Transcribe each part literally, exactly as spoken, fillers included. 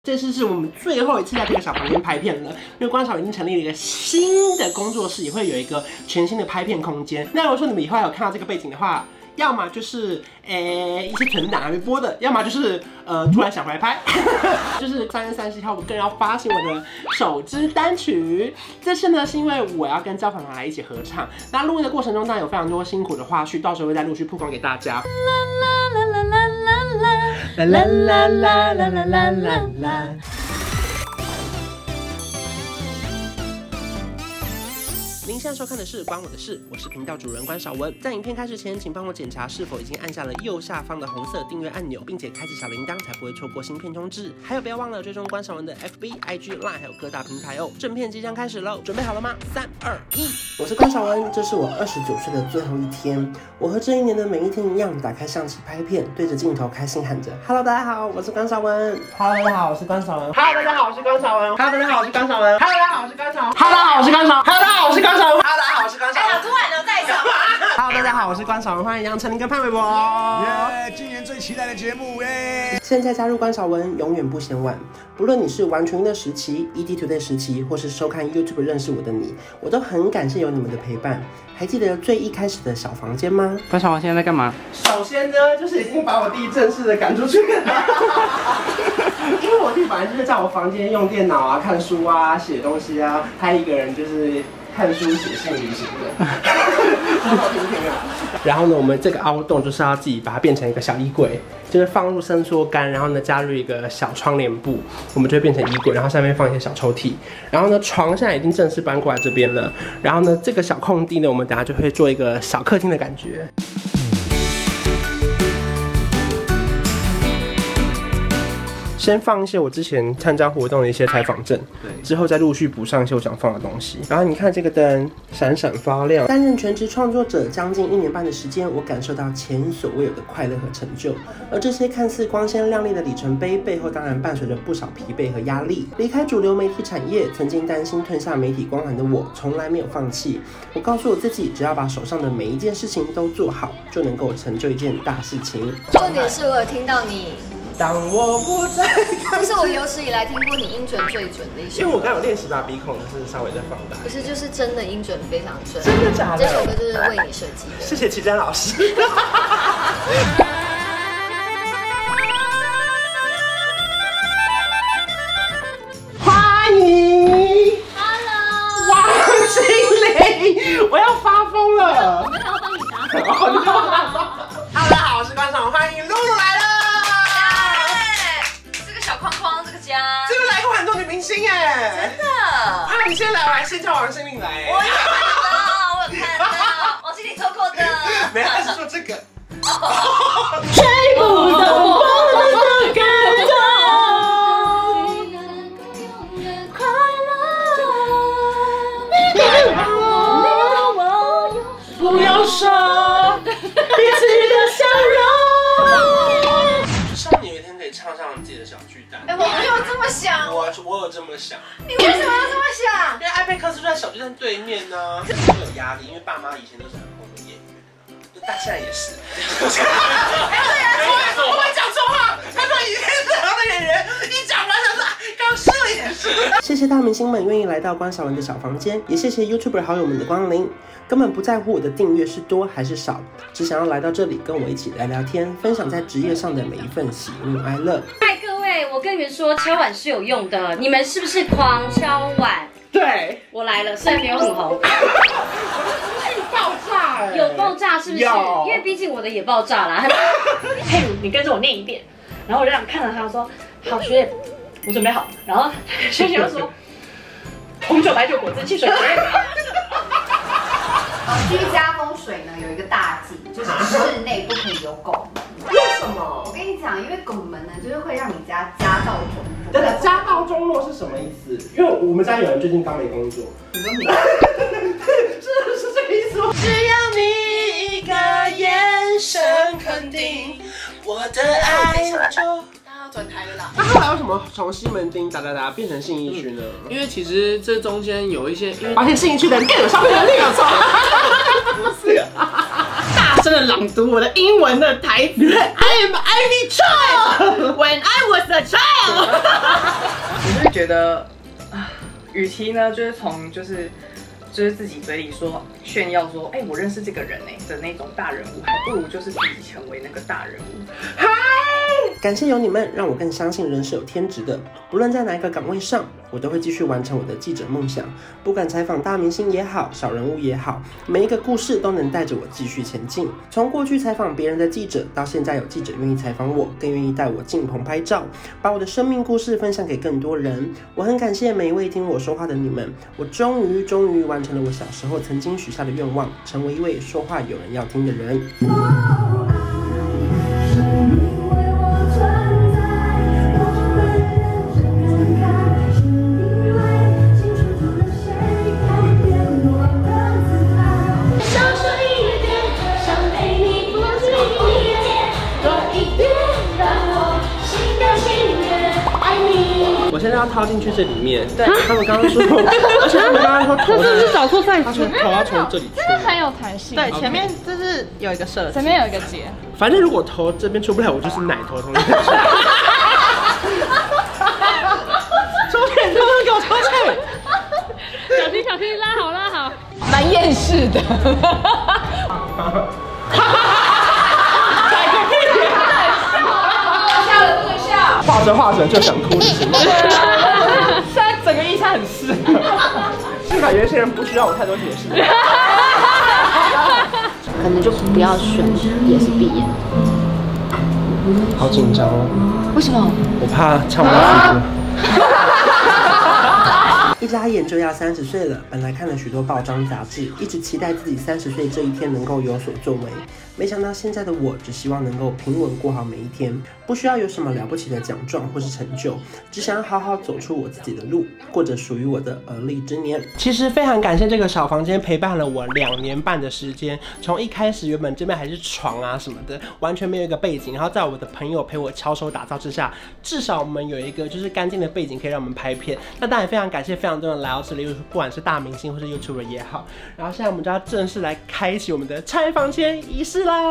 这次是我们最后一次在这个小房间拍片了，因为关少已经成立了一个新的工作室，也会有一个全新的拍片空间。那如果说你们以后有看到这个背景的话，要么就是诶、欸、一些存档还没播的，要么就是呃突然想回来拍。就是三月三十一号，我更要发行我的首支单曲。这次呢是因为我要跟焦凡凡来一起合唱，那录音的过程中当然有非常多辛苦的花絮，到时候会再陆续曝光给大家。啦啦啦啦啦啦啦啦啦啦啦。您现在收看的是《关我的事》，我是频道主人关少文。在影片开始前，请帮我检查是否已经按下了右下方的红色订阅按钮，并且开启小铃铛，才不会错过新片通知。还有，不要忘了追踪关少文的 F B、I G、Line， 还有各大平台哦。正片即将开始喽，准备好了吗？三、二、一，我是关少文，这是我二十九岁的最后一天。我和这一年的每一天一样，打开相机拍片，对着镜头开心喊着 ：“Hello， 大家好，我是关少文。”“Hello， 大家好，我是关少文。”“Hello， 大家好，我是关少文。”“Hello， 大家好，我是关少文。” “Hello， 大家好，我是关少文。” “Hello， 大家好，我是关少文。” “Hello， 大家好，我是关少文。” “Hello， 大家好，我是关少文。” 哎呀，突然的在场。 Hello， 大家好，我是关少文，欢迎杨丞琳跟潘玮柏。 耶，今年最期待的节目耶！ 现在加入关少文，永远不嫌晚。不论你是玩群的时期、E T Today 时期，或是收看 YouTube 认识我的你，我都很感谢有你们的陪伴。还记得最一开始的小房间吗？ 关少文现在在干嘛？ 首先呢，就是已经把我弟正式的赶出去了。因为我弟本来就是在我房间用电脑啊、看书啊、写东西啊，他一个人就是看书、写信、旅行的，好好听听啊。然后呢，我们这个凹洞就是要自己把它变成一个小衣柜，就是放入伸缩杆，然后呢加入一个小窗帘布，我们就会变成衣柜，然后上面放一些小抽屉。然后呢，床现在已经正式搬过来这边了。然后呢，这个小空地呢，我们等下就会做一个小客厅的感觉。先放一些我之前参加活动的一些采访证，之后再陆续补上一些我想放的东西。然后你看这个灯闪闪发亮。担任全职创作者将近一年半的时间，我感受到前所未有的快乐和成就。而这些看似光鲜亮丽的里程碑背后，当然伴随着不少疲惫和压力。离开主流媒体产业，曾经担心吞下媒体光环的我，从来没有放弃。我告诉我自己，只要把手上的每一件事情都做好，就能够成就一件大事情。 重点是我有听到你。 当我不在， 这是我有史以来听过你音准最准的一首歌。 因为我刚有练习把鼻孔就是稍微再放大。 不是，就是真的音准非常准。 真的假的？ 这首歌就是为你设计的。 谢谢齐真老师。欢迎 ，Hello， 王心凌，我要发疯了。 我们要帮你打手。 哦，你帮我打手。大家好，我是关少文，欢迎露露来了。这个来过很多女明星哎， 真的。 啊，你先来，我还先叫王心凌来哎。 我有看到，我有看到，王心凌说过的。 没有，他是说这个。 吹不动我的感动，快乐， 不要说彼此的笑容。就希望你有一天可以唱上自己的小巨蛋。 哎，我没有这么想。 我我有这么想。 你为什么要这么想？ 因为艾贝克斯就在小巨蛋对面呢、啊，会有压力，因为爸妈以前都是很红的演员，就他现在也是。哎，对我会讲错话。他说以前是很红的演员，一讲完就是刚失了也是。谢谢大明星们愿意来到关少文的小房间，也谢谢 YouTuber 好友们的光临。根本不在乎我的订阅是多还是少，只想要来到这里跟我一起聊聊天，分享在职业上的每一份喜怒哀乐。 嗨，各位，我跟你们说，敲碗是有用的，你们是不是狂敲碗？ 对， 我来了，虽然没有很红， 我的爆炸哎、欸， 有爆炸是不是？ 有， 因为毕竟我的也爆炸啦。佩如，你跟着我念一遍，然后我就这样看着他说：“好，学姐，我准备好。”然后学姐就说：“红酒、白酒、果汁、汽水。” 居家风水呢有一个大忌，就是室内不可以有拱门。 为什么？ 我跟你讲，因为拱门呢，就是会让你家家道中落。 真的，家道中落是什么意思？因为我们家有人最近刚没工作。 你说你是是这个意思吗？只要你一个眼神肯定我的爱就。 转台了啦。 那后来为什么从西门町哒哒哒变成信义区呢？ 因为其实这中间有一些，因为发现信义区的人更有消费能力，有错。 大声声的朗读我的英文的台词 I am Ivy Child when I was a child 我就是觉得啊，与其呢就是从就是就是自己嘴里说炫耀说，哎、欸，我认识这个人哎、欸、的那种大人物，还不如就是自己成为那个大人物。 嗨，感谢有你们，让我更相信人是有天职的。不论在哪一个岗位上，我都会继续完成我的记者梦想。不管采访大明星也好，小人物也好，每一个故事都能带着我继续前进。从过去采访别人的记者，到现在有记者愿意采访我，更愿意带我进棚拍照，把我的生命故事分享给更多人。我很感谢每一位听我说话的你们。我终于终于完成了我小时候曾经许下的愿望，成为一位说话有人要听的人。我现在要掏进去这里面，对，他们刚刚说，而且他们刚刚说头， 这是找错 size， 他说头要从这里出， 这很有弹性。 对，前面就是有一个设计， 前面有一个结。 反正如果头这边出不来，我就是奶头从这边出。出去，他们给我出去！ 小心小心，拉好拉好。 蛮厌世的。 画着画着就想哭，是吗？ 现在整个印象很湿。 幸好有一些人不需要我太多解释。 可能就不要选，也是闭眼。 好紧张哦。 为什么？ 我怕唱不到副歌。一眨眼就要三十岁了，本来看了许多报章杂志，一直期待自己三十岁这一天能够有所作为。没想到现在的我，只希望能够平稳过好每一天，不需要有什么了不起的奖状或是成就，只想要好好走出我自己的路，过着属于我的而立之年。其实非常感谢这个小房间陪伴了我两年半的时间，从一开始原本这边还是床啊什么的，完全没有一个背景，然后在我的朋友陪我敲手打造之下，至少我们有一个就是干净的背景可以让我们拍片。那当然非常感谢非常多人来到这里，不管是大明星或是 YouTuber 也好。然后现在我们就要正式来开启我们的拆房间仪式喽。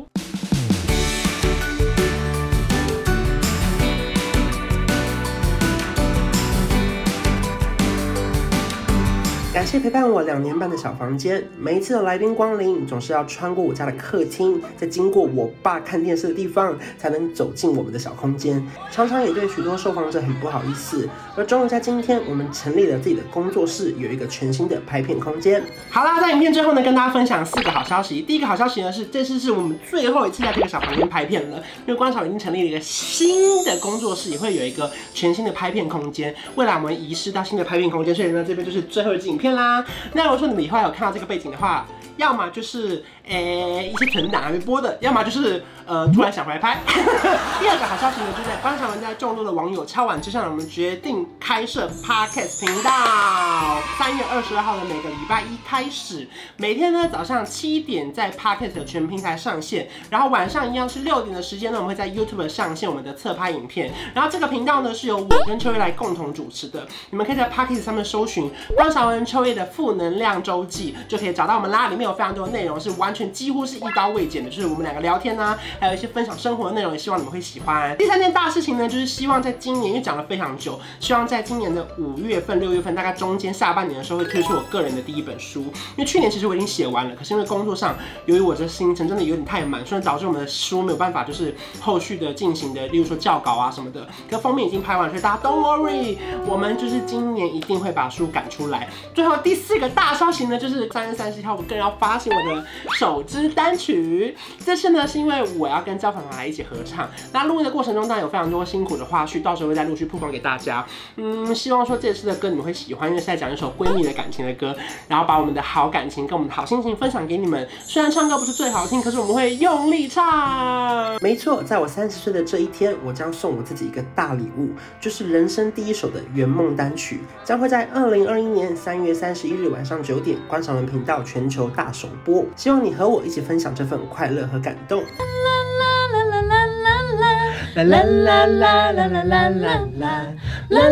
感谢陪伴我两年半的小房间，每一次的来宾光临，总是要穿过我家的客厅，再经过我爸看电视的地方，才能走进我们的小空间。常常也对许多受访者很不好意思，而终于在今天，我们成立了自己的工作室，有一个全新的拍片空间。好啦，在影片最后呢，跟大家分享四个好消息。第一个好消息呢是，这次是我们最后一次在这个小房间拍片了，因为关少已经成立了一个新的工作室，也会有一个全新的拍片空间。未来我们移师到新的拍片空间，所以呢，这边就是最后一支影片啦。那如果说你们以后有看到这个背景的话，要么就是诶、欸、一些存档还没播的，要么就是呃突然想回来拍。第二个好消息呢，就在关少文在众多的网友敲碗之上，我们决定开设 Podcast 频道。三月二十二号的每个礼拜一开始，每天呢早上七点在 Podcast 的全平台上线，然后晚上一样是六点的时间呢，我们会在 YouTube 上线我们的侧拍影片。然后这个频道呢是由我跟秋叶来共同主持的，你们可以在 Podcast 上面搜寻关少文秋叶的负能量周记，就可以找到我们啦。里面有非常多的内容是完全几乎是一刀未剪的，就是我们两个聊天啊，还有一些分享生活的内容，也希望你们会喜欢。第三件大事情呢，就是希望在今年，因为讲了非常久，希望在今年的五月份、六月份，大概中间下半年的时候，会推出我个人的第一本书。因为去年其实我已经写完了，可是因为工作上，由于我的行程真的有点太满，所以导致我们的书没有办法就是后续的进行的，例如说校稿啊什么的。可封面已经拍完，所以大家 don't worry， 我们就是今年一定会把书赶出来。最后第四个大消息呢，就是三月三十一号，我个人要发行我的首支单曲。这次呢，是因为我要跟焦凡凡来一起合唱。那录音的过程中，当然有非常多辛苦的花絮，到时候会再陆续曝光给大家。嗯，希望说这次的歌你们会喜欢，因为是在讲一首闺蜜的感情的歌，然后把我们的好感情跟我们的好心情分享给你们。虽然唱歌不是最好听，可是我们会用力唱。没错，在我三十岁的这一天，我将送我自己一个大礼物，就是人生第一首的圆梦单曲，将会在二零二一年三月三十一日晚上九点，关少文频道全球大首播。希望你和我一起分享这份快乐和感动。啦啦啦啦啦啦啦啦啦啦啦啦啦啦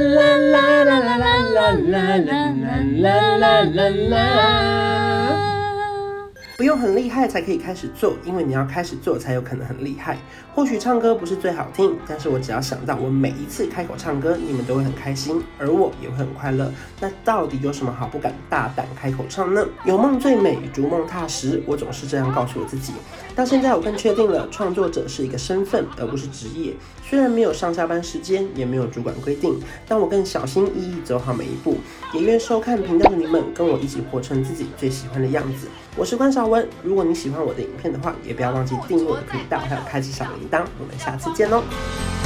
啦啦啦啦。 不用很厉害才可以开始做，因为你要开始做才有可能很厉害。或许唱歌不是最好听，但是我只要想到我每一次开口唱歌，你们都会很开心，而我也会很快乐。那到底有什么好不敢大胆开口唱呢？有梦最美，逐梦踏实，我总是这样告诉我自己。到现在我更确定了，创作者是一个身份，而不是职业。虽然没有上下班时间，也没有主管规定，但我更小心翼翼走好每一步，也愿收看频道的你们跟我一起活成自己最喜欢的样子。我是关韶文，如果你喜欢我的影片的话，也不要忘记订阅我的频道，还有开启小铃铛。我们下次见喽！